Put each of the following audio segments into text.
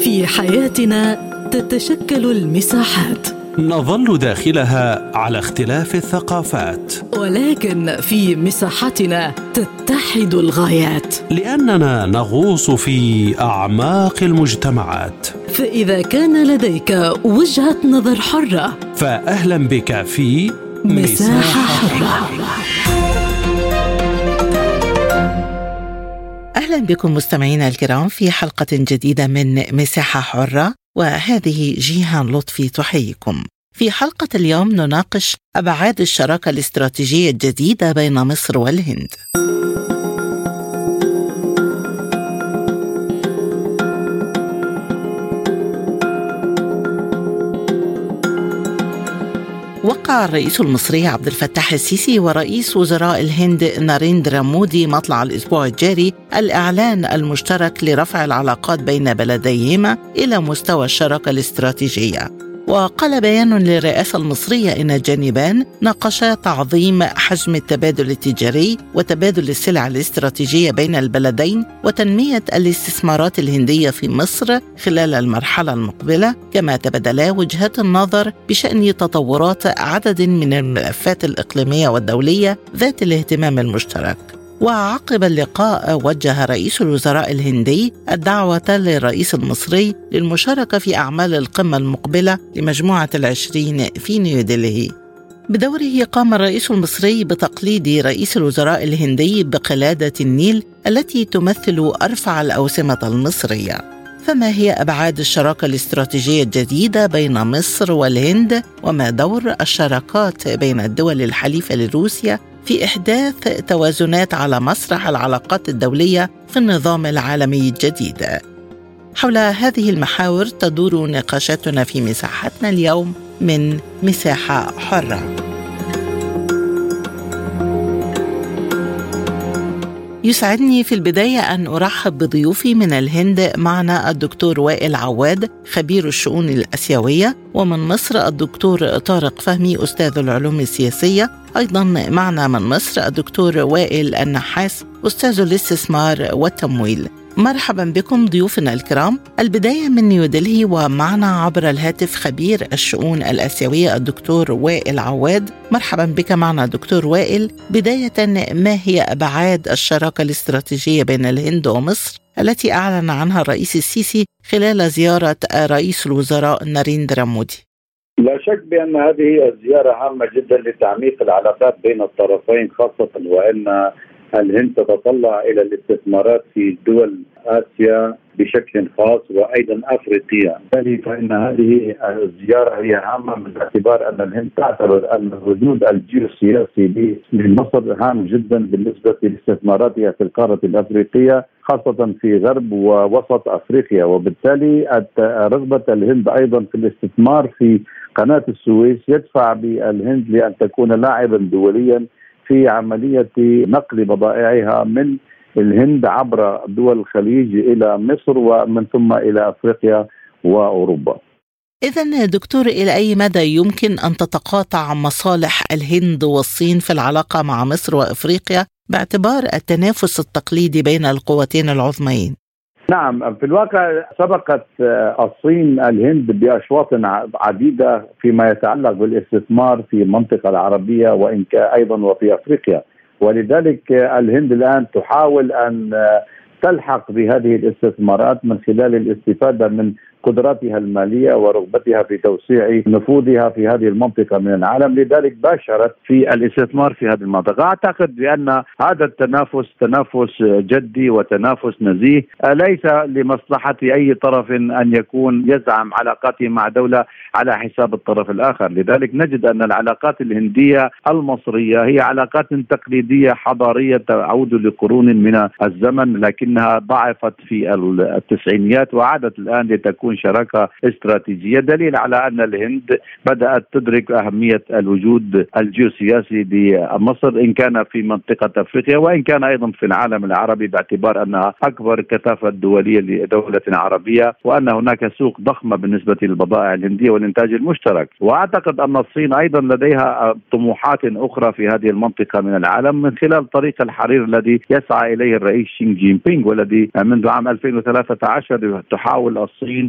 في حياتنا تتشكل المساحات، نظل داخلها على اختلاف الثقافات، ولكن في مساحتنا تتحد الغايات، لأننا نغوص في أعماق المجتمعات. فإذا كان لديك وجهة نظر حرة، فأهلا بك في مساحة حرة. أهلا بكم مستمعينا الكرام في حلقة جديدة من مساحة حرة، وهذه جيهان لطفي تحييكم. في حلقة اليوم نناقش أبعاد الشراكة الاستراتيجية الجديدة بين مصر والهند. وقع الرئيس المصري عبد الفتاح السيسي ورئيس وزراء الهند ناريندرا مودي مطلع الأسبوع الجاري الإعلان المشترك لرفع العلاقات بين بلديهما إلى مستوى الشراكة الاستراتيجية. وقال بيان للرئاسة المصرية إن الجانبان ناقشا تعظيم حجم التبادل التجاري وتبادل السلع الاستراتيجية بين البلدين وتنمية الاستثمارات الهندية في مصر خلال المرحلة المقبلة، كما تبادلا وجهات النظر بشأن تطورات عدد من الملفات الإقليمية والدولية ذات الاهتمام المشترك. وعقب اللقاء وجه رئيس الوزراء الهندي الدعوة للرئيس المصري للمشاركة في أعمال القمة المقبلة لمجموعة 20 في نيودلهي. بدوره قام الرئيس المصري بتقليد رئيس الوزراء الهندي بقلادة النيل التي تمثل أرفع الأوسمة المصرية. فما هي أبعاد الشراكة الاستراتيجية الجديدة بين مصر والهند، وما دور الشراكات بين الدول الحليفة لروسيا في إحداث توازنات على مسرح العلاقات الدولية في النظام العالمي الجديد؟ حول هذه المحاور تدور نقاشاتنا في مساحتنا اليوم من مساحة حرة. يسعدني في البداية أن أرحب بضيوفي من الهند. معنا الدكتور وائل عواد خبير الشؤون الآسيوية، ومن مصر الدكتور طارق فهمي أستاذ العلوم السياسية. أيضا معنا من مصر الدكتور وائل النحاس أستاذ الاستثمار والتمويل. مرحبا بكم ضيوفنا الكرام. البداية من نيودلهي، ومعنا عبر الهاتف خبير الشؤون الآسيوية الدكتور وائل عواد. مرحبا بك معنا دكتور وائل. بداية، ما هي أبعاد الشراكة الاستراتيجية بين الهند ومصر التي أعلن عنها الرئيس السيسي خلال زيارة رئيس الوزراء ناريندرا مودي؟ لا شك بأن هذه الزيارة هامة جدا لتعميق العلاقات بين الطرفين، خاصة وأن الهند تتطلع إلى الاستثمارات في دول آسيا بشكل خاص وأيضا أفريقيا. بالتالي فإن هذه الزيارة هي هامة من باعتبار أن الهند تعتبر أن الوجود الجيوسياسي لمصر هام جدا بالنسبة لاستثماراتها في القارة الأفريقية، خاصة في غرب ووسط أفريقيا. وبالتالي رغبة الهند أيضا في الاستثمار في قناة السويس يدفع بالهند لأن تكون لاعبا دوليا في عملية نقل بضائعها من الهند عبر دول الخليج إلى مصر ومن ثم إلى أفريقيا وأوروبا. إذن دكتور، إلى أي مدى يمكن أن تتقاطع مصالح الهند والصين في العلاقة مع مصر وأفريقيا باعتبار التنافس التقليدي بين القوتين العظميين؟ نعم، في الواقع سبقت الصين الهند بأشواط عديدة فيما يتعلق بالاستثمار في المنطقة العربية وإن كان أيضا وفي أفريقيا، ولذلك الهند الآن تحاول أن تلحق بهذه الاستثمارات من خلال الاستفادة من قدراتها المالية ورغبتها في توسيع نفوذها في هذه المنطقة من العالم. لذلك باشرت في الاستثمار في هذه المنطقة. أعتقد بأن هذا التنافس تنافس جدي وتنافس نزيه، ليس لمصلحة أي طرف أن يكون يزعم علاقاته مع دولة على حساب الطرف الآخر. لذلك نجد أن العلاقات الهندية المصرية هي علاقات تقليدية حضارية تعود لقرون من الزمن، لكنها ضعفت في التسعينيات وعادت الآن لتكون شراكة استراتيجية، دليل على أن الهند بدأت تدرك أهمية الوجود الجيوسياسي لمصر إن كان في منطقة أفريقيا وإن كان أيضا في العالم العربي، باعتبار أنها أكبر كثافة دولية لدولة عربية وأن هناك سوق ضخمة بالنسبة للبضائع الهندية والإنتاج المشترك. وأعتقد أن الصين أيضا لديها طموحات أخرى في هذه المنطقة من العالم من خلال طريق الحرير الذي يسعى إليه الرئيس شي جين بينغ، والذي منذ عام 2013 تحاول الصين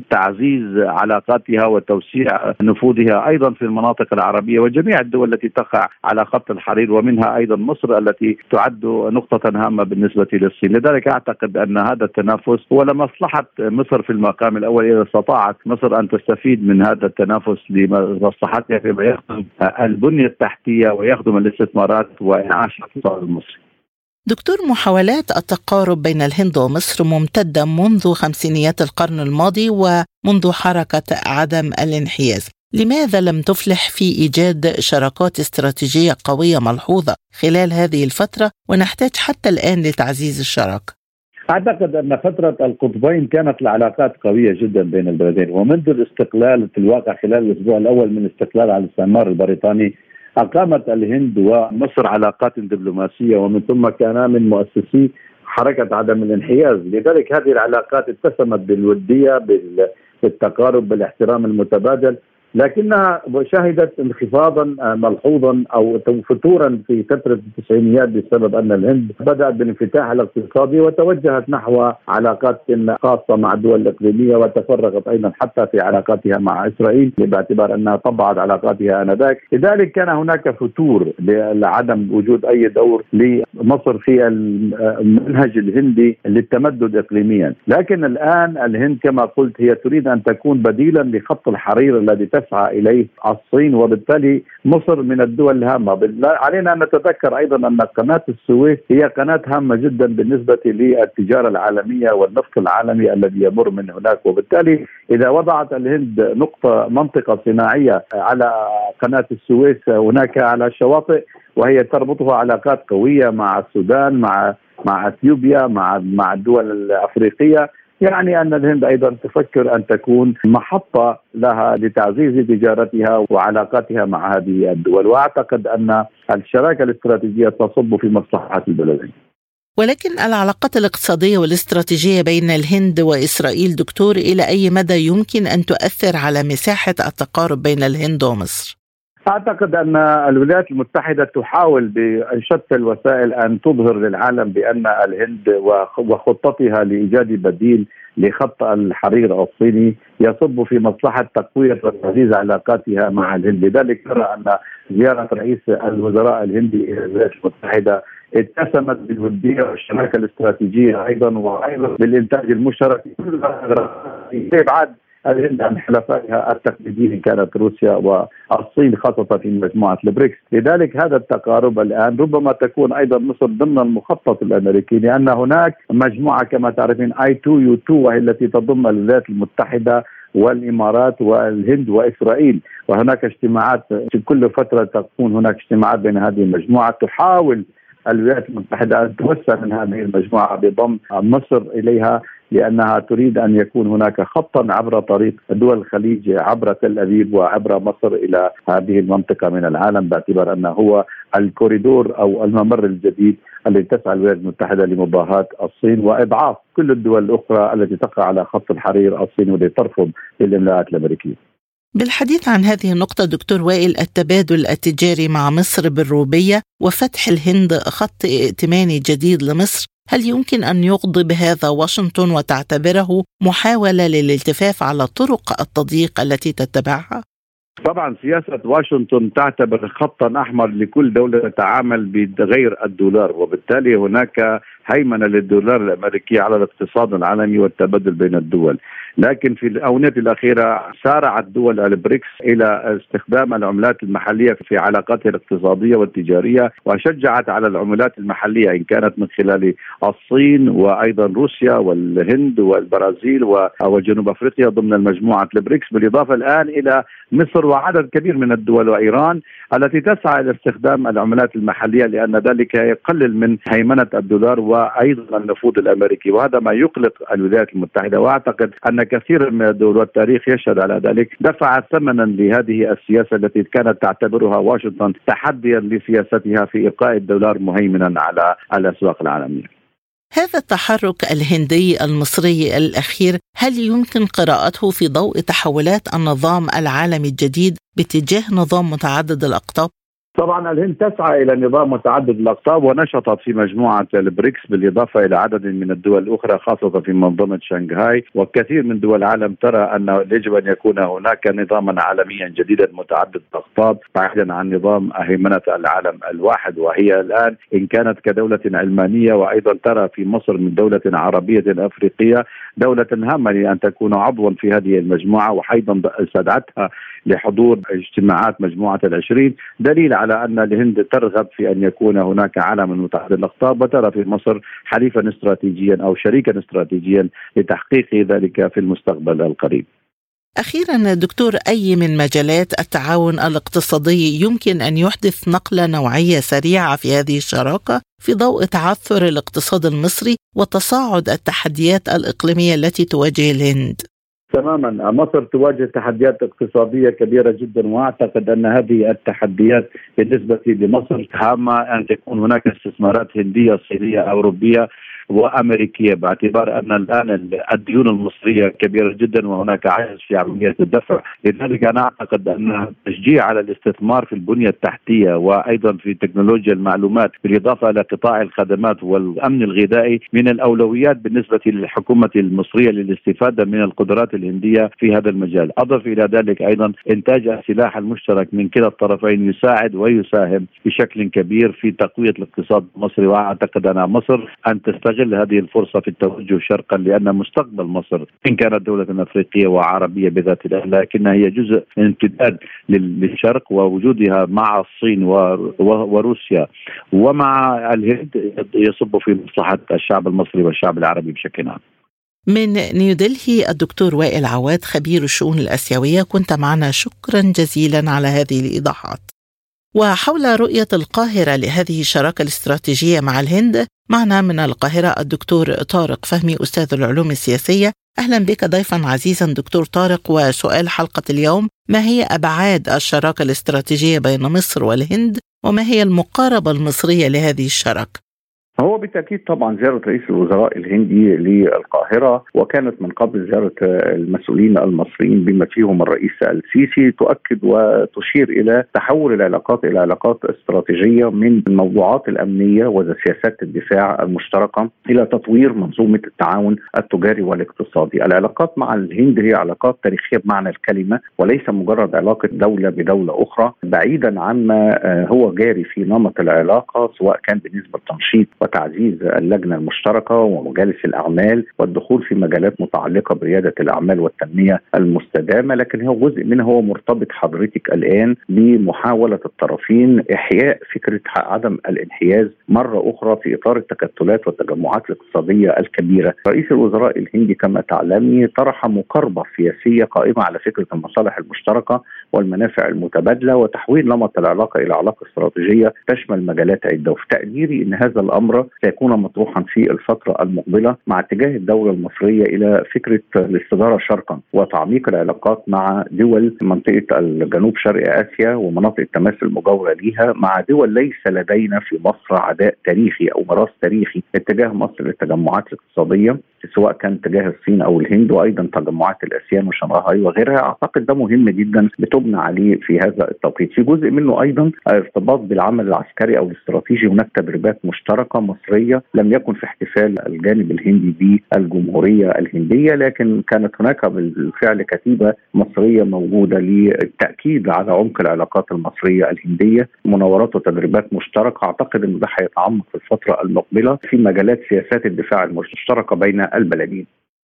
تعزيز علاقاتها وتوسيع نفوذها أيضا في المناطق العربية وجميع الدول التي تقع على خط الحرير، ومنها أيضا مصر التي تعد نقطة هامة بالنسبة للصين. لذلك أعتقد أن هذا التنافس هو لمصلحة مصر في المقام الأول، إذا استطاعت مصر أن تستفيد من هذا التنافس لمصلحتها فيما يخدم البنية التحتية ويخدم الاستثمارات وإنعاش الاقتصاد المصري. دكتور، محاولات التقارب بين الهند ومصر ممتدة منذ خمسينيات القرن الماضي ومنذ حركة عدم الانحياز. لماذا لم تفلح في إيجاد شراكات استراتيجية قوية ملحوظة خلال هذه الفترة، ونحتاج حتى الآن لتعزيز الشراكة؟ أعتقد أن فترة القطبين كانت العلاقات قوية جدا بين البلدين، ومنذ الاستقلال في الواقع خلال الأسبوع الأول من الاستقلال على الاستعمار البريطاني أقامت الهند ومصر علاقات دبلوماسية، ومن ثم كان من مؤسسي حركة عدم الانحياز. لذلك هذه العلاقات اتسمت بالودية، بالتقارب، بالاحترام المتبادل، لكنها شهدت انخفاضا ملحوظا أو فتورا في فترة التسعينيات بسبب أن الهند بدأت بالانفتاح الاقتصادي وتوجهت نحو علاقات خاصة مع الدول الإقليمية، وتفرغت أيضا حتى في علاقاتها مع إسرائيل باعتبار أنها طبعت علاقاتها آنذاك. لذلك كان هناك فتور لعدم وجود أي دور لمصر في المنهج الهندي للتمدد إقليميا. لكن الآن الهند كما قلت هي تريد أن تكون بديلا لخط الحرير الذي تسعى إليه الصين، وبالتالي مصر من الدول الهامة. علينا أن نتذكر أيضا أن قناة السويس هي قناة هامة جدا بالنسبة للتجارة العالمية والنفط العالمي الذي يمر من هناك، وبالتالي إذا وضعت الهند منطقة صناعية على قناة السويس هناك على الشواطئ، وهي تربطها علاقات قوية مع السودان، مع اثيوبيا، مع الدول الافريقيه، يعني أن الهند أيضا تفكر أن تكون محطة لها لتعزيز تجارتها وعلاقاتها مع هذه الدول، وأعتقد أن الشراكة الاستراتيجية تصب في مصلحة البلدين. ولكن العلاقات الاقتصادية والاستراتيجية بين الهند وإسرائيل دكتور، إلى أي مدى يمكن أن تؤثر على مساحة التقارب بين الهند ومصر؟ أعتقد أن الولايات المتحدة تحاول بشتى الوسائل أن تظهر للعالم بأن الهند وخطتها لإيجاد بديل لخط الحرير الصيني يصب في مصلحة تقوية وتعزيز علاقاتها مع الهند. لذلك نرى أن زيارة رئيس الوزراء الهندي إلى الولايات المتحدة اتسمت بالودية والشراكة الاستراتيجية أيضا، وأيضا بالإنتاج المشترك بعد الهند عن حلفائها التقليديين كانت روسيا والصين خاصة في مجموعة البريكس. لذلك هذا التقارب الآن ربما تكون أيضا مصر ضمن المخطط الأمريكي، لأن هناك مجموعة كما تعرفين I2U2 وهي التي تضم الولايات المتحدة والإمارات والهند وإسرائيل، وهناك اجتماعات في كل فترة تكون هناك اجتماعات بين هذه المجموعة. تحاول الولايات المتحدة أن توسع من هذه المجموعة بضم مصر إليها، لأنها تريد أن يكون هناك خطا عبر طريق دول الخليج عبر تل أبيب وعبر مصر إلى هذه المنطقة من العالم، باعتبار أنه هو الكوريدور أو الممر الجديد الذي تسعى الولايات المتحدة لمضاهاة الصين وإضعاف كل الدول الأخرى التي تقع على خط الحرير الصين والتي ترفض الإملاءات الأمريكية. بالحديث عن هذه النقطة دكتور وائل، التبادل التجاري مع مصر بالروبية وفتح الهند خط ائتماني جديد لمصر، هل يمكن أن يغضب هذا واشنطن وتعتبره محاولة للالتفاف على طرق التضييق التي تتبعها؟ طبعا سياسة واشنطن تعتبر خطا أحمر لكل دولة تتعامل بغير الدولار، وبالتالي هناك هيمنة للدولار الأمريكي على الاقتصاد العالمي والتبادل بين الدول. لكن في الآونة الأخيرة سارعت دول البريكس إلى استخدام العملات المحلية في علاقاتها الاقتصادية والتجارية، وشجعت على العملات المحلية إن كانت من خلال الصين وأيضا روسيا والهند والبرازيل وجنوب أفريقيا ضمن المجموعة البريكس، بالإضافة الآن إلى مصر وعدد كبير من الدول وإيران التي تسعى إلى استخدام العملات المحلية، لأن ذلك يقلل من هيمنة الدولار وأيضا النفوذ الأمريكي، وهذا ما يقلق الولايات المتحدة. وأعتقد أن كثير من الدول والتاريخ يشهد على ذلك دفع ثمنا لهذه السياسة التي كانت تعتبرها واشنطن تحديا لسياستها في إبقاء الدولار مهيمنا على الأسواق العالمية. هذا التحرك الهندي المصري الأخير هل يمكن قراءته في ضوء تحولات النظام العالمي الجديد باتجاه نظام متعدد الأقطاب؟ طبعا الهند تسعى إلى نظام متعدد الأقطاب ونشطت في مجموعة البريكس بالإضافة إلى عدد من الدول الأخرى خاصة في منظمة شنغهاي، وكثير من دول العالم ترى أنه يجب أن يكون هناك نظاما عالميا جديدا متعدد الأقطاب بعيدا عن نظام هيمنة العالم الواحد. وهي الآن إن كانت كدولة علمانية وأيضا ترى في مصر من دولة عربية أفريقية دولة هامة لأن تكون عضوا في هذه المجموعة، وأيضا استدعتها لحضور اجتماعات مجموعة ال20، دليل على أن الهند ترغب في أن يكون هناك عالم متعدد الأقطاب، وترى في مصر حليفا استراتيجيا أو شريكا استراتيجيا لتحقيق ذلك في المستقبل القريب. أخيرا دكتور، أي من مجالات التعاون الاقتصادي يمكن أن يحدث نقلة نوعية سريعة في هذه الشراكة في ضوء تعثر الاقتصاد المصري وتصاعد التحديات الإقليمية التي تواجه الهند؟ تماما، مصر تواجه تحديات اقتصادية كبيرة جدا، وأعتقد أن هذه التحديات بالنسبة لمصر هامة أن تكون هناك استثمارات هندية صينية أوروبية وأمريكية، باعتبار أن الآن الديون المصرية كبيرة جدا وهناك عجز في عملية الدفع. لذلك أنا أعتقد أن التشجيع على الاستثمار في البنية التحتية وأيضا في تكنولوجيا المعلومات بالإضافة إلى قطاع الخدمات والأمن الغذائي من الأولويات بالنسبة للحكومة المصرية للاستفادة من القدرات الهندية في هذا المجال. أضف إلى ذلك أيضا إنتاج السلاح المشترك من كلا الطرفين يساعد ويساهم بشكل كبير في تقوية الاقتصاد المصري، وأعتقد أن مصر أن تستغل هذه الفرصة في التوجه شرقا، لأن مستقبل مصر إن كانت دولة أفريقية وعربية بذات الله لكنها هي جزء من امتداد للشرق، ووجودها مع الصين وروسيا ومع الهند يصب في مصلحة الشعب المصري والشعب العربي بشكل عام. من نيودلهي الدكتور وائل عواد خبير الشؤون الآسيوية، كنت معنا، شكرا جزيلا على هذه الإيضاحات. وحول رؤية القاهرة لهذه الشراكة الاستراتيجية مع الهند، معنا من القاهرة الدكتور طارق فهمي أستاذ العلوم السياسية. أهلا بك ضيفا عزيزا دكتور طارق. وسؤال حلقة اليوم: ما هي أبعاد الشراكة الاستراتيجية بين مصر والهند، وما هي المقاربة المصرية لهذه الشراكة؟ هو بالتأكيد طبعا زيارة رئيس الوزراء الهندي للقاهرة، وكانت من قبل زيارة المسؤولين المصريين بما فيهم الرئيس السيسي، تؤكد وتشير إلى تحول العلاقات إلى علاقات استراتيجية من الموضوعات الأمنية وسياسات الدفاع المشتركة إلى تطوير منظومة التعاون التجاري والاقتصادي. العلاقات مع الهند هي علاقات تاريخية بمعنى الكلمة، وليس مجرد علاقة دولة بدولة أخرى، بعيدا عما هو جاري في نمط العلاقة، سواء كان بالنسبة لتنشيط وتعزيز اللجنة المشتركة ومجالس الأعمال والدخول في مجالات متعلقة بريادة الأعمال والتنمية المستدامة، لكن هو جزء منه هو مرتبط حضرتك الآن بمحاولة الطرفين إحياء فكرة عدم الانحياز مرة أخرى في إطار التكتلات والتجمعات الاقتصادية الكبيرة. رئيس الوزراء الهندي كما تعلمي طرح مقاربة سياسية قائمة على فكرة المصالح المشتركة والمنافع المتبادلة وتحويل نمط العلاقة إلى علاقة استراتيجية تشمل مجالات عدة. وفي تقديري أن هذا الأمر سيكون مطروحا في الفترة المقبلة مع اتجاه الدولة المصرية إلى فكرة الاستدارة شرقا وتعميق العلاقات مع دول منطقة الجنوب شرق آسيا ومناطق التماس المجاورة لها، مع دول ليس لدينا في مصر عداء تاريخي أو ميراث تاريخي اتجاه مصر للتجمعات الاقتصادية، سواء كان تجاه الصين أو الهند وأيضا تجمعات الآسيان وشنغهاي وغيرها. أعتقد ده مهم جدا بتبنى عليه في هذا التوقيت. في جزء منه أيضا ارتباط بالعمل العسكري أو الاستراتيجي. هناك تدريبات مشتركة مصرية لم يكن في احتفال الجانب الهندي بالجمهورية الهندية، لكن كانت هناك بالفعل كتيبة مصرية موجودة للتأكيد على عمق العلاقات المصرية الهندية، مناورات وتدريبات مشتركة. أعتقد أن ده هيتعمق في الفترة المقبلة في مجالات سياسات الدفاع المشتركة بين البلدين.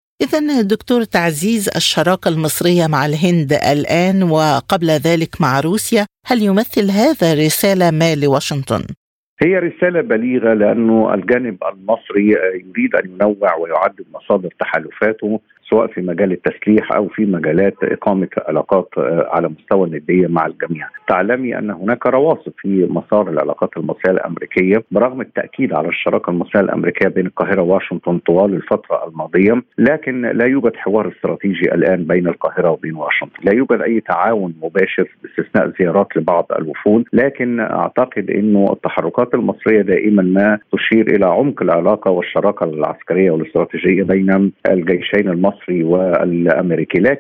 إذن دكتور، تعزيز الشراكة المصرية مع الهند الآن وقبل ذلك مع روسيا، هل يمثل هذا رسالة ما لواشنطن؟ هي رسالة بليغة، لأنه الجانب المصري يريد أن ينوع ويعدد مصادر تحالفاته سواء في مجال التسليح أو في مجالات إقامة علاقات على مستوى الندية مع الجميع. تعلمي أن هناك رواسب في مسار العلاقات المصرية الأمريكية برغم التأكيد على الشراكة المصرية الأمريكية بين القاهرة وواشنطن طوال الفترة الماضية، لكن لا يوجد حوار استراتيجي الآن بين القاهرة وبين واشنطن. لا يوجد أي تعاون مباشر باستثناء زيارات لبعض الوفود، لكن أعتقد أنه التحركات المصرية دائما ما تشير إلى عمق العلاقة والشراكة العسكرية والاستراتيجية بين الجيشين المصري والأمريكي. لكن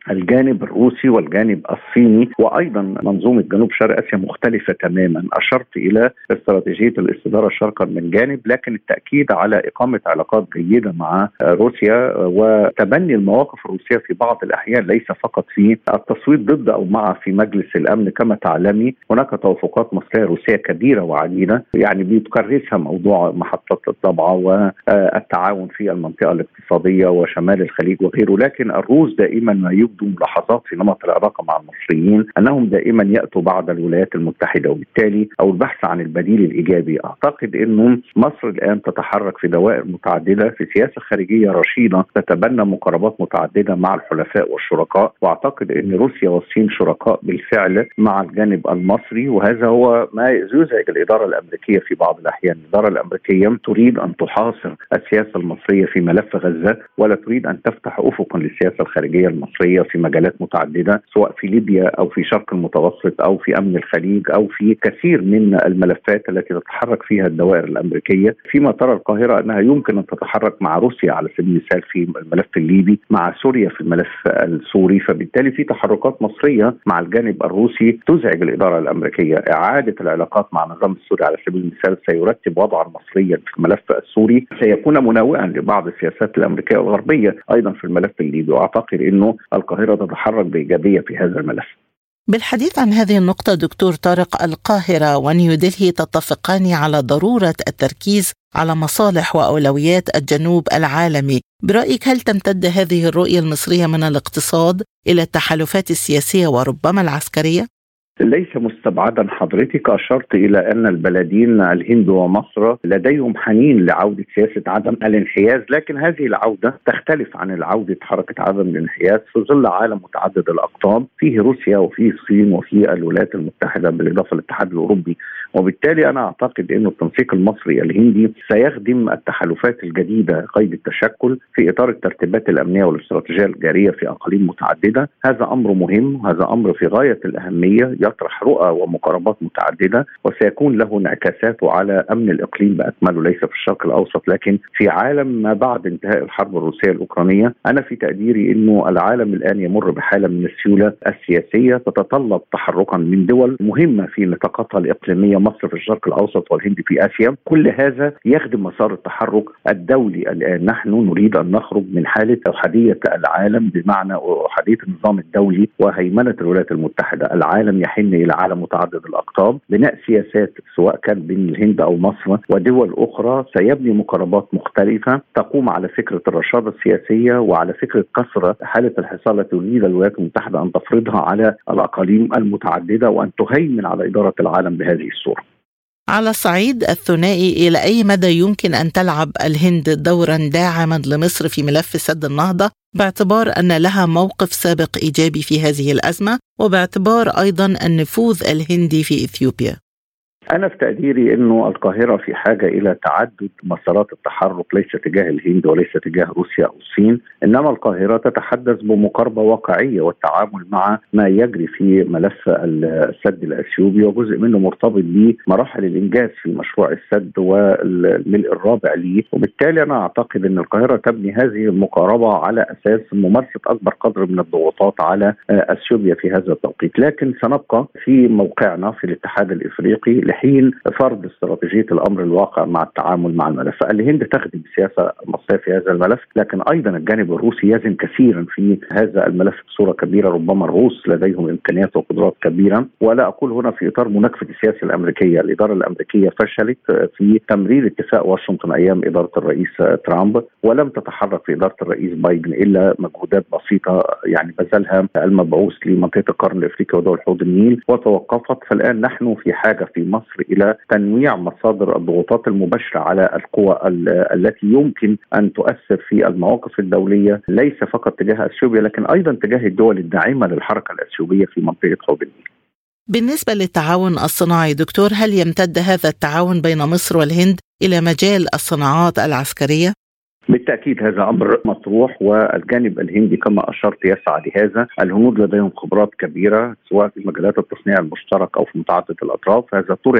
الجانب الروسي والجانب الصيني، وأيضا منظومة جنوب شرق آسيا مختلفة تماما. أشرت إلى استراتيجية الاستدارة شرقا من جانب، لكن التأكيد على إقامة علاقات جيدة مع روسيا وتبني المواقف الروسية في بعض الأحيان، ليس فقط في التصويت ضد أو مع في مجلس الأمن. كما تعلمي هناك توافقات مصرية روسية كبيرة وعديدة، يعني بيتكرسها موضوع محطة الضبعة والتعاون في المنطقة الاقتصادية وشمال الخليج وغيره. لكن الروس دائما ما يبدو ملاحظات في نمط العلاقة مع المصريين أنهم دائما يأتوا بعد الولايات المتحدة، وبالتالي أو البحث عن البديل الإيجابي. أعتقد أنه مصر الآن تتحرك في دوائر متعددة في سياسة خارجية رشيدة تتبنى مقاربات متعددة مع الحلفاء والشركاء، وأعتقد أن روسيا والصين شركاء بالفعل مع الجانب المصري، وهذا هو ما يزعج الإدارة الأمريكية في بعض الأحيان. الإدارة الأمريكية تريد أن تحاصر السياسة المصرية في ملف غزة، ولا تريد أن تفتح أفقا للسياسة الخارجية المصرية في مجالات متعددة، سواء في ليبيا أو في شرق المتوسط أو في أمن الخليج أو في كثير من الملفات التي تتحرك فيها الدوائر الأمريكية. فيما ترى القاهرة أنها يمكن أن تتحرك مع روسيا على سبيل المثال في الملف الليبي، مع سوريا في الملف السوري، فبالتالي في تحركات مصرية مع الجانب الروسي تزعج الإدارة الأمريكية. إعادة العلاقات مع النظام السوري على سبيل المثال سيرتب وضعا مصريا في الملف السوري، سيكون مناوئا لبعض السياسات الأمريكية والغربية أيضا في الملف الليبي، وأعتقد أنه القاهرة تتحرك بإيجابية في هذا الملف. بالحديث عن هذه النقطة دكتور طارق، القاهرة ونيودلهي تتفقان على ضرورة التركيز على مصالح وأولويات الجنوب العالمي. برأيك هل تمتد هذه الرؤية المصرية من الاقتصاد إلى التحالفات السياسية وربما العسكرية؟ ليس مستبعدا. حضرتك أشرت إلى أن البلدين الهند ومصر لديهم حنين لعودة سياسة عدم الانحياز، لكن هذه العودة تختلف عن العودة حركة عدم الانحياز في ظل عالم متعدد الأقطاب، فيه روسيا وفيه الصين وفيه الولايات المتحدة بالإضافة للاتحاد الأوروبي. وبالتالي أنا أعتقد أن التنسيق المصري الهندي سيخدم التحالفات الجديدة قيد التشكل في إطار الترتيبات الأمنية والاستراتيجية الجارية في أقاليم متعددة. هذا أمر مهم، هذا أمر في غاية الأهمية، يطرح رؤى ومقاربات متعددة، وسيكون له انعكاساته على أمن الإقليم بأكمله، ليس في الشرق الأوسط لكن في عالم ما بعد انتهاء الحرب الروسية الأوكرانية. أنا في تقديري أنه العالم الآن يمر بحالة من السيولة السياسية تتطلب تحركا من دول مهمة في نطاقاتها الإقليمية، مصر في الشرق الأوسط والهند في آسيا. كل هذا يخدم مسار التحرك الدولي. الآن نحن نريد أن نخرج من حالة أحادية العالم، بمعنى أحادية النظام الدولي وهيمنة الولايات المتحدة. العالم يحن إلى عالم متعدد الأقطاب، بناء سياسات سواء كان بين الهند أو مصر ودول أخرى سيبني مقاربات مختلفة تقوم على فكرة الرشادة السياسية وعلى فكرة كسر حالة الحصار التي تريد الولايات المتحدة أن تفرضها على الأقاليم المتعددة وأن تهيمن على إدارة العالم بهذه الصورة. على الصعيد الثنائي، إلى أي مدى يمكن أن تلعب الهند دورا داعما لمصر في ملف سد النهضة، باعتبار أن لها موقف سابق إيجابي في هذه الأزمة، وباعتبار أيضا النفوذ الهندي في إثيوبيا؟ أنا في تقديري أنه القاهرة في حاجة إلى تعدد مسارات التحرك، ليس تجاه الهند وليس تجاه روسيا أو الصين، إنما القاهرة تتحدث بمقاربة واقعية والتعامل مع ما يجري في ملف السد الأثيوبي، وجزء منه مرتبط بمراحل الإنجاز في مشروع السد والملء الرابع ليه. وبالتالي أنا أعتقد أن القاهرة تبني هذه المقاربة على أساس ممارسة أكبر قدر من الضغوطات على أثيوبيا في هذا التوقيت، لكن سنبقى في موقعنا في الاتحاد الإفريقي لحين فرض استراتيجية الأمر الواقع مع التعامل مع الملف. الهند تخدم السياسة المصرية في هذا الملف، لكن أيضا الجانب الروسي يزن كثيرا في هذا الملف بصورة كبيرة. ربما الروس لديهم إمكانيات وقدرات كبيرة، ولا أقول هنا في إطار مناكفة السياسة الأمريكية. الإدارة الأمريكية فشلت في تمرير اتفاق واشنطن أيام إدارة الرئيس ترامب، ولم تتحرك في إدارة الرئيس بايدن إلا مجهودات بسيطة يعني بذلها المبعوث لمنطقة القرن الأفريقي ودول حوض النيل وتوقفت. فالآن نحن في حاجة في مصر إلى تنويع مصادر الضغوطات المباشرة على القوى التي يمكن أن تؤثر في المواقف الدولية، ليس فقط تجاه أثيوبيا لكن أيضا تجاه الدول الداعمة للحركة الأثيوبية في منطقة حوض النيل. بالنسبة للتعاون الصناعي دكتور، هل يمتد هذا التعاون بين مصر والهند إلى مجال الصناعات العسكرية؟ بالتأكيد هذا أمر مطروح، والجانب الهندي كما أشرت يسعى لهذا. الهنود لديهم خبرات كبيرة سواء في مجالات التصنيع المشترك أو في متعدد الأطراف. هذا طرح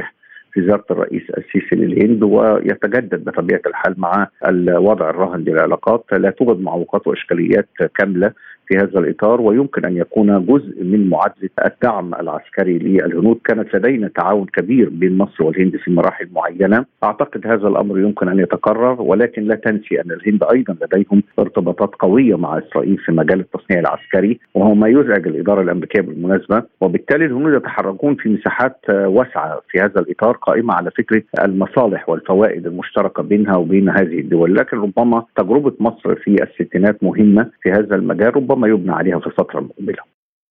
في زيارة الرئيس السيسي للهند، ويتجدد بطبيعة الحال مع الوضع الراهن للعلاقات. لا توجد معوقات وإشكاليات كاملة في هذا الإطار، ويمكن أن يكون جزء من معادلة الدعم العسكري للهنود. كانت لدينا تعاون كبير بين مصر والهند في مراحل معينة، أعتقد هذا الأمر يمكن أن يتكرر، ولكن لا تنسي أن الهند أيضا لديهم ارتباطات قوية مع إسرائيل في مجال التصنيع العسكري، وهو ما يزعج الإدارة الأمريكية بالمناسبة. وبالتالي الهنود يتحركون في مساحات واسعة في هذا الإطار قائمة على فكرة المصالح والفوائد المشتركة بينها وبين هذه الدول. لكن ربما تجربة مصر في الستينات مهمة في هذا المجال، ربما يبنى عليها في الفترة المقبلة.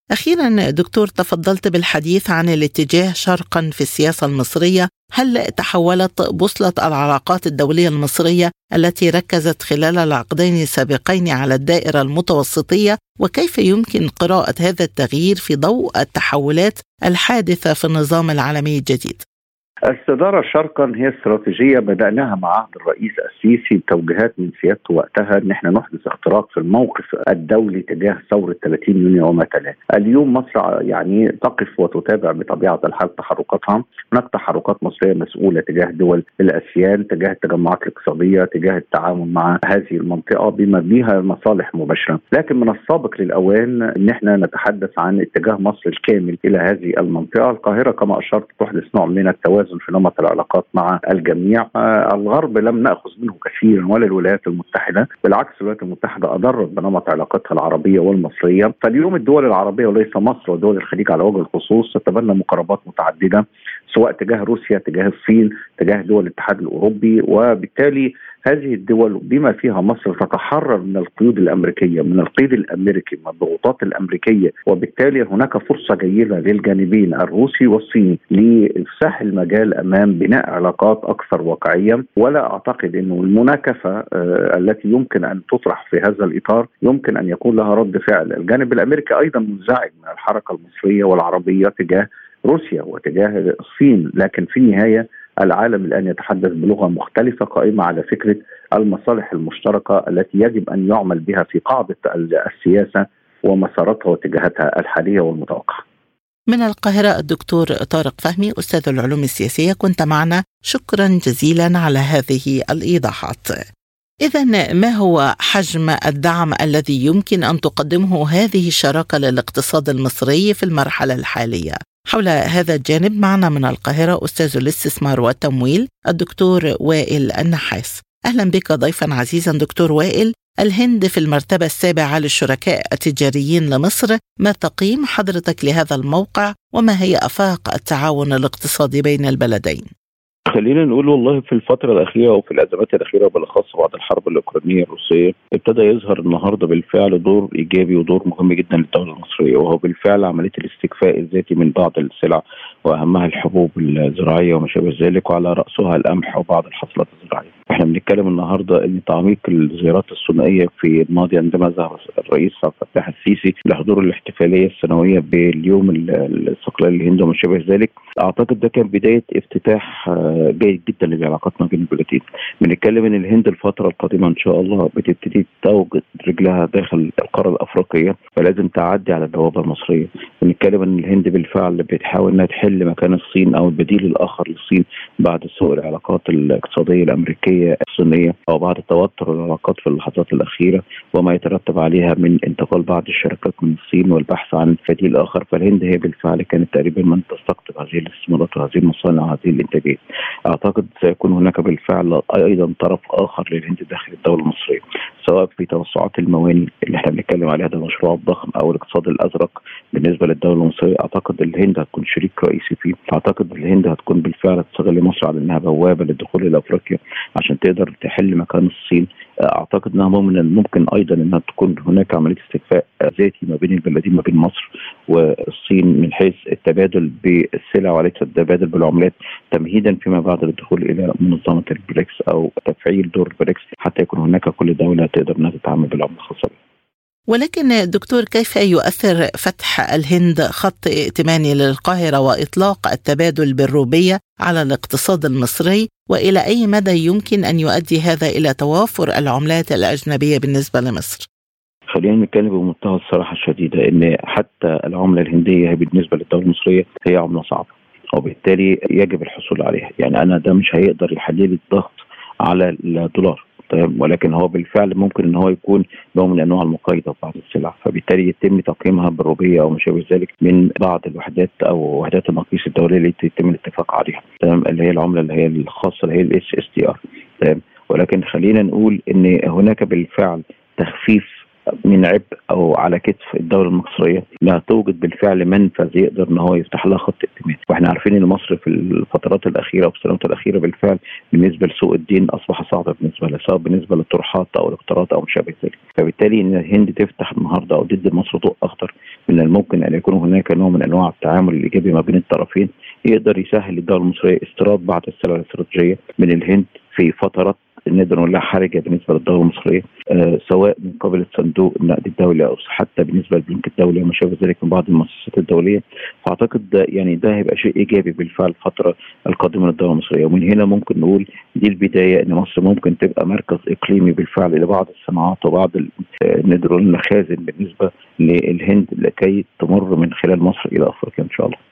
أخيرا دكتور، تفضلت بالحديث عن الاتجاه شرقا في السياسة المصرية. هل تحولت بوصلة العلاقات الدولية المصرية التي ركزت خلال العقدين السابقين على الدائرة المتوسطية؟ وكيف يمكن قراءة هذا التغيير في ضوء التحولات الحادثة في النظام العالمي الجديد؟ استدارة شرقا هي استراتيجية بدأناها مع عهد الرئيس السيسي بتوجيهات من سيادته وقتها ان احنا نحدث اختراق في الموقف الدولي تجاه ثورة 30 يونيو وما تلاه. اليوم مصر يعني تقف وتتابع بطبيعة الحال تحركاتها. هناك تحركات مصرية مسؤولة تجاه دول الآسيان، تجاه التجمعات الاقتصادية، تجاه التعاون مع هذه المنطقة بما بها مصالح مباشرة. لكن من السابق للأوان ان احنا نتحدث عن اتجاه مصر الكامل إلى هذه المنطقة. القاهرة كما أشرت تحدث نوع من التوازن في نمط العلاقات مع الجميع. الغرب لم نأخذ منه كثيرا ولا الولايات المتحدة، بالعكس الولايات المتحدة أضرت بنمط علاقتها العربية والمصرية. فاليوم الدول العربية وليس مصر ودول الخليج على وجه الخصوص تتبنى مقاربات متعددة، سواء تجاه روسيا، تجاه الصين، تجاه دول الاتحاد الأوروبي. وبالتالي هذه الدول بما فيها مصر تتحرر من القيود الأمريكية، من القيد الأمريكي، من الضغوطات الأمريكية. وبالتالي هناك فرصة جيدة للجانبين الروسي والصيني لإفساح المجال أمام بناء علاقات أكثر واقعية. ولا أعتقد أنه المناكفة التي يمكن أن تطرح في هذا الإطار يمكن أن يكون لها رد فعل. الجانب الأمريكي أيضا منزعج من الحركة المصرية والعربية تجاه روسيا وتجاه الصين، لكن في النهاية العالم الآن يتحدث بلغة مختلفة قائمة على فكرة المصالح المشتركة التي يجب أن يعمل بها في قاعدة السياسة ومساراتها واتجاهاتها الحالية والمتوقعة. من القاهرة الدكتور طارق فهمي، أستاذ العلوم السياسية، كنت معنا. شكرا جزيلا على هذه الإيضاحات. إذن ما هو حجم الدعم الذي يمكن أن تقدمه هذه الشراكة للاقتصاد المصري في المرحلة الحالية؟ حول هذا الجانب معنا من القاهرة أستاذ الاستثمار والتمويل الدكتور وائل النحاس. أهلا بك ضيفا عزيزا دكتور وائل. الهند في المرتبة السابعة للشركاء التجاريين لمصر، ما تقييم حضرتك لهذا الموقع وما هي آفاق التعاون الاقتصادي بين البلدين؟ خلينا نقول والله في الفترة الأخيرة وفي الأزمات الأخيرة بالأخص بعد الحرب الأوكرانية الروسية ابتدى يظهر النهاردة بالفعل دور إيجابي ودور مهم جدا للدولة المصرية، وهو بالفعل عملية الاستكفاء الذاتي من بعض السلع وأهمها الحبوب الزراعية وما شابه ذلك، وعلى رأسها القمح وبعض الحصلات الزراعية. احنا بنتكلم النهارده ان تعميق الزيارات الثنائيه في الماضي عندما ذهب الرئيس عبد الفتاح السيسي لحضور الاحتفاليه السنويه باليوم الاستقلال الهند وما شابه ذلك، اعتقد ده كان بدايه افتتاح جيد جدا لعلاقاتنا بين البلدين. بنتكلم ان الهند الفتره القادمه ان شاء الله بتبتدي توجد رجلها داخل القاره الافريقيه، فلازم تعدي على البوابه المصريه. بنتكلم ان الهند بالفعل بتحاول انها تحل مكان الصين او البديل الاخر للصين بعد سوء العلاقات الاقتصاديه الامريكيه الصينيه او بعد توتر العلاقات في اللحظات الاخيره وما يترتب عليها من انتقال بعض الشركات من الصين والبحث عن بديل اخر. فالهند هي بالفعل كانت تقريبا من تستقطب هذه الاستثمارات وهذه المصانع وهذه الانتاجات. اعتقد سيكون هناك بالفعل ايضا طرف اخر للهند داخل الدوله المصريه، سواء في توسعات الموانئ اللي احنا بنتكلم عليها، ده مشروع ضخم، او الاقتصاد الازرق بالنسبه للدوله المصريه. اعتقد الهند هتكون شريك رئيسي فيه. اعتقد الهند هتكون بالفعل تستغل مصر على انها بوابه للدخول الى افريقيا عشان تقدر تحل مكان الصين. اعتقد انها ممكن ايضا انها تكون هناك عمليه استكفاء ذاتي ما بين البلدين، ما بين مصر والصين، من حيث التبادل بالسلع وليس التبادل بالعملات، تمهيدا فيما بعد للدخول الى منظمه البريكس او تفعيل دور البريكس حتى يكون هناك كل دوله تقدر انها تتعامل بالعمله الخاصه بها. ولكن دكتور، كيف يؤثر فتح الهند خط ائتماني للقاهرة وإطلاق التبادل بالروبية على الاقتصاد المصري، وإلى أي مدى يمكن أن يؤدي هذا إلى توافر العملات الأجنبية بالنسبة لمصر؟ خلينا نتكلم بمنتهى الصراحة الشديدة إن حتى العملة الهندية بالنسبة للدولة المصرية هي عملة صعبة. وبالتالي يجب الحصول عليها. يعني أنا ده مش هيقدر يحلل الضغط على الدولار، ولكن هو بالفعل ممكن ان هو يكون نوع من انواع المقايضه ببعض السلع، فبالتالي يتم تقييمها بالروبيه او ما شابه ذلك من بعض الوحدات او وحدات المقاييس الدوليه اللي يتم الاتفاق عليها، اللي هي العمله اللي هي الخاصه اللي هي الSDR. ولكن خلينا نقول ان هناك بالفعل تخفيف من عبء او على كتف الدوله المصريه، لا توجد بالفعل منفذ يقدر ان هو يفتح لها خط ائتمان. واحنا عارفين ان مصر في الفترات الاخيره وفي السنوات الاخيره بالفعل بالنسبه لسوق الدين اصبح صعب بالنسبه لها، سواء بالنسبه للطروحات او الاقتراض او ما شابه ذلك. فبالتالي ان الهند تفتح النهارده او ضد مصر ضوء اخضر، من الممكن ان يكون هناك نوع من انواع التعامل الايجابي ما بين الطرفين، يقدر يسهل للدوله المصريه استيراد بعض السلع الاستراتيجيه من الهند في فترات نقدر نقول لها حرجه بالنسبه للدوله المصريه، سواء من قبل صندوق النقد الدولي او حتى بالنسبه للبنك الدولي وما شابه ذلك من بعض المؤسسات الدوليه. فاعتقد ده هيبقى شيء ايجابي بالفعل الفتره القادمه للدوله المصريه. ومن هنا ممكن نقول دي البدايه ان مصر ممكن تبقى مركز اقليمي بالفعل لبعض الصناعات وبعض نقدر نقول المخازن بالنسبه للهند لكي تمر من خلال مصر الى افريقيا ان شاء الله.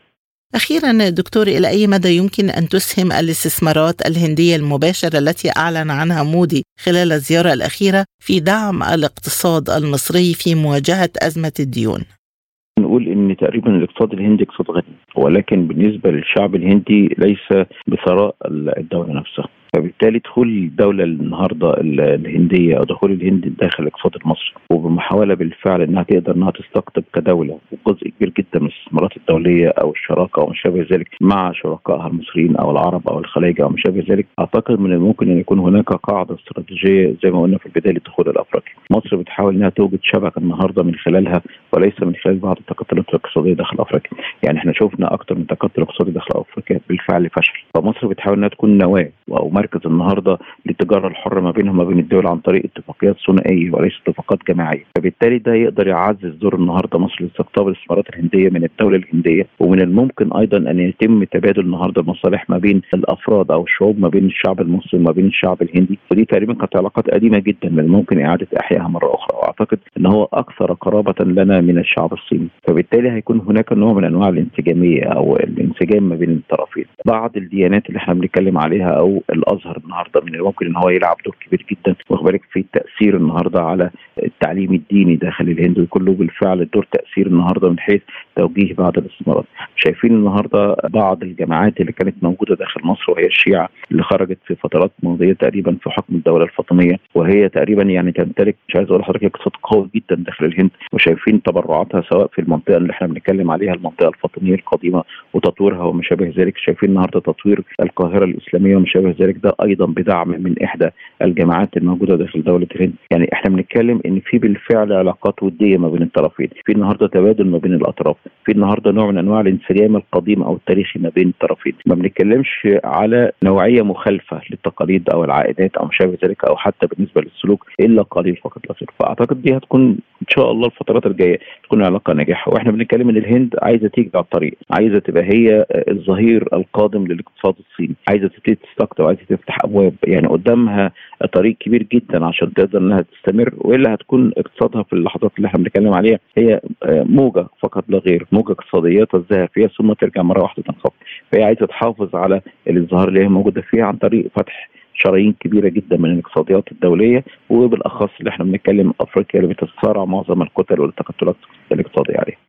أخيرا دكتور، إلى أي مدى يمكن أن تسهم الاستثمارات الهندية المباشرة التي أعلن عنها مودي خلال الزيارة الأخيرة في دعم الاقتصاد المصري في مواجهة أزمة الديون؟ نقول ان تقريبا الاقتصاد الهندي اقتصاد غني، ولكن بالنسبه للشعب الهندي ليس بثراء الدوله نفسها. فبالتالي دخول الدوله النهارده الهنديه او دخول الهند داخل الاقتصاد المصري وبمحاوله بالفعل انها تقدر انها تستقطب كدوله جزء كبير جدا من الاستثمارات الدوليه او الشراكه او ما شابه ذلك مع شركائها المصريين او العرب او الخليج او ما شابه ذلك، اعتقد من الممكن ان يكون هناك قاعده استراتيجيه زي ما قلنا في البدايه للدخول الافريقي. مصر بتحاول انها توجد شبكه النهارده من خلالها وليس من خلال بعض التكتلات الاقتصاديه داخل افريقيا. يعني احنا شفنا اكثر من تكتل اقتصادي داخل افريقيا بالفعل فشل، فمصر بتحاول انها تكون نواه او مركز النهارده للتجاره الحره ما بينها وما بين الدول عن طريق اتفاقيات ثنائيه وليس اتفاقات جماعيه. فبالتالي ده يقدر يعزز دور النهارده مصر لاستقطاب الاستثمارات الهنديه من الدوله الهنديه، ومن الممكن ايضا ان يتم تبادل النهارده المصالح ما بين الافراد او الشعوب ما بين الشعب المصري وما بين الشعب الهندي، ودي تقريبا كانت علاقات قديمه جدا من الممكن اعاده احيائها مره اخرى، واعتقد ان هو اكثر قرابه لنا من الشعب الصيني. فبالتالي هيكون هناك نوع من انواع الانسجاميه او الانسجام ما بين الطرفين. بعض الديانات اللي احنا بنتكلم عليها او الازهر النهارده من الممكن ان هو يلعب دور كبير جدا، واخد بالك في التاثير النهارده على التعليم الديني داخل الهند، ويكون له بالفعل دور تاثير النهارده من حيث توجيه بعض الاستثمارات. شايفين النهارده بعض الجماعات اللي كانت موجوده داخل مصر وهي الشيعه اللي خرجت في فترات ماضيه تقريبا في حكم الدوله الفاطميه، وهي تقريبا يعني تمتلك مش عايز اقول لحضرتك اقتصاد قوي جدا داخل الهند، وشايفين تبرعاتها سواء في المنطقه اللي احنا بنتكلم عليها المنطقه الفاطميه القديمه وتطويرها وما شابه ذلك. شايفين النهارده تطوير القاهره الاسلاميه وما شابه ذلك، ده ايضا بدعم من احدى الجماعات الموجوده داخل دوله الهند. يعني احنا بنتكلم ان في بالفعل علاقات وديه ما بين الطرفين، في النهارده تبادل ما بين الاطراف، في النهارده نوع من انواع الانسجام القديم او التاريخي ما بين الطرفين. ما بنتكلمش على نوعيه مخالفه للتقاليد او العائدات او ما شابه ذلك او حتى بالنسبه للسلوك الا قليل فقط لا غير. فاعتقد دي هتكون ان شاء الله الفترات الجايه تكون علاقه ناجحه. واحنا بنتكلم ان الهند عايزه تيجي على الطريق، عايزه تبقى هي الظهير القادم للاقتصاد الصيني، عايزه تبتدي تستقطب وعايزه تفتح ابواب، يعني قدامها طريق كبير جدا عشان تقدر انها تستمر، والا هتكون اقتصادها في اللحظات اللي احنا بنتكلم عليها هي موجه فقط لا غير، موجه اقتصاديه تزدهر فيها ثم ترجع مره واحده تنخفض. فهي عايزه تحافظ على الازدهار اللي هي موجوده فيها عن طريق فتح شرايين كبيره جدا من الاقتصاديات الدوليه، وبالاخص اللي احنا بنتكلم افريقيا اللي بتتصارع معظم الكتل والتكتلات الاقتصاديه عليها.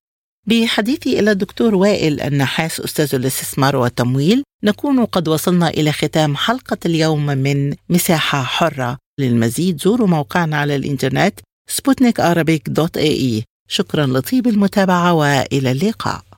بحديثي إلى الدكتور وائل النحاس أستاذ الاستثمار والتمويل، نكون قد وصلنا إلى ختام حلقة اليوم من مساحة حرة. للمزيد زوروا موقعنا على الإنترنت sputnikarabic.ae. شكرا لطيب المتابعة وإلى اللقاء.